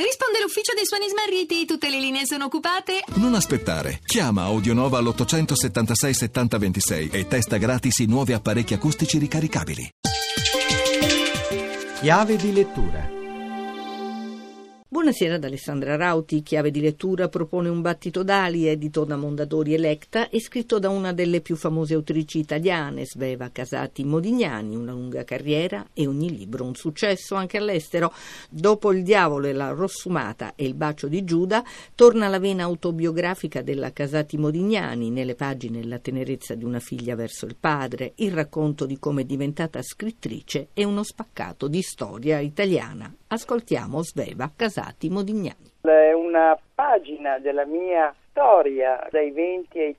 Risponde l'ufficio dei suoni smarriti, tutte le linee sono occupate. Non aspettare. Chiama Audionova all'876 70 26 e testa gratis i nuovi apparecchi acustici ricaricabili. Chiave di lettura. Buonasera da Alessandra Rauti. Chiave di lettura propone un battito d'ali edito da Mondadori Electa e scritto da una delle più famose autrici italiane, Sveva Casati Modignani. Una lunga carriera e ogni libro un successo anche all'estero. Dopo Il diavolo e la rossumata e Il bacio di Giuda torna la vena autobiografica della Casati Modignani, nelle pagine la tenerezza di una figlia verso il padre, il racconto di come è diventata scrittrice e uno spaccato di storia italiana. Ascoltiamo Sveva Casati Modignani. È una pagina della mia storia dai 20 ai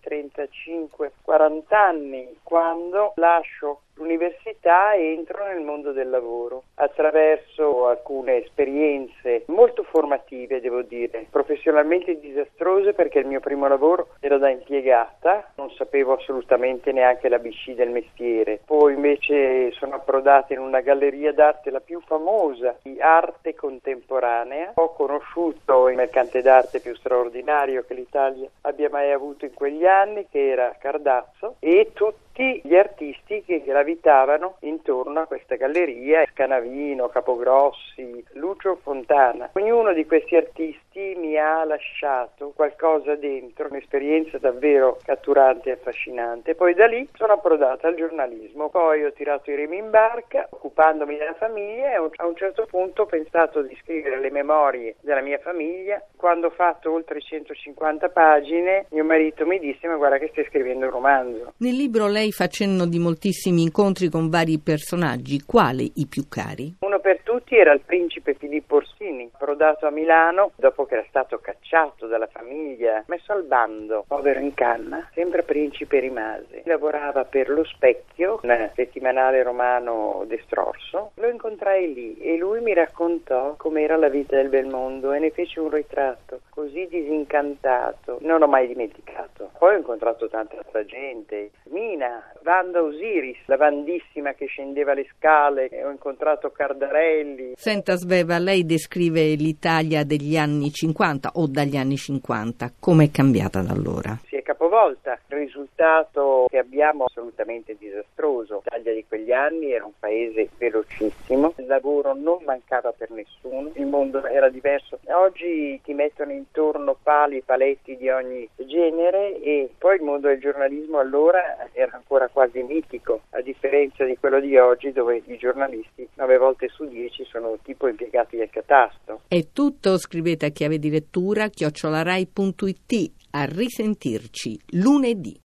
35-40 anni, quando lascio l'università e entro nel mondo del lavoro attraverso alcune esperienze molto formative, devo dire, professionalmente disastrose, perché il mio primo lavoro era da impiegata, non sapevo assolutamente neanche l'ABC del mestiere. Poi invece sono approdata in una galleria d'arte, la più famosa di arte contemporanea. Ho conosciuto il mercante d'arte più straordinario che l'Italia abbia mai avuto in quegli anni, che era Cardazzo, e tutti gli artisti che gravitavano intorno a questa galleria: Scanavino, Capogrossi, Lucio Fontana. Ognuno di questi artisti mi ha lasciato qualcosa dentro, un'esperienza davvero catturante e affascinante. Poi da lì sono approdata al giornalismo, poi ho tirato i remi in barca occupandomi della famiglia e a un certo punto ho pensato di scrivere le memorie della mia famiglia. Quando ho fatto oltre 150 pagine, mio marito mi disse: ma guarda che stai scrivendo un romanzo. Nel libro lei fa cenno di moltissimi incontri con vari personaggi. Quali i più cari? Uno per tutti era il principe Filippo Orsini, approdato a Milano dopo che era stato cacciato dalla famiglia, messo al bando, povero in canna, sempre principe rimase. Lavorava per Lo Specchio, un settimanale romano destrorso. Lo incontrai lì e lui mi raccontò com'era la vita del bel mondo e ne fece un ritratto così disincantato. Non l'ho mai dimenticato. Poi ho incontrato tanta altra gente. Mina, Wanda Osiris, la Vandissima che scendeva le scale, e ho incontrato Cardarelli. Senta Sveva, lei descrive l'Italia degli anni 50 o dagli anni 50. Come è cambiata da allora? Si è capovolta. Il risultato che abbiamo è assolutamente disastroso. L'Italia di quegli anni era un paese velocissimo, il lavoro non mancava per nessuno, il mondo era diverso. Oggi ti mettono intorno paletti di ogni genere, e poi il mondo del giornalismo allora era ancora quasi mitico, a differenza di quello di oggi, dove i giornalisti 9 volte su 10 sono tipo impiegati al catasto. È tutto, scrivete a chiave di lettura @rai.it. A risentirci lunedì.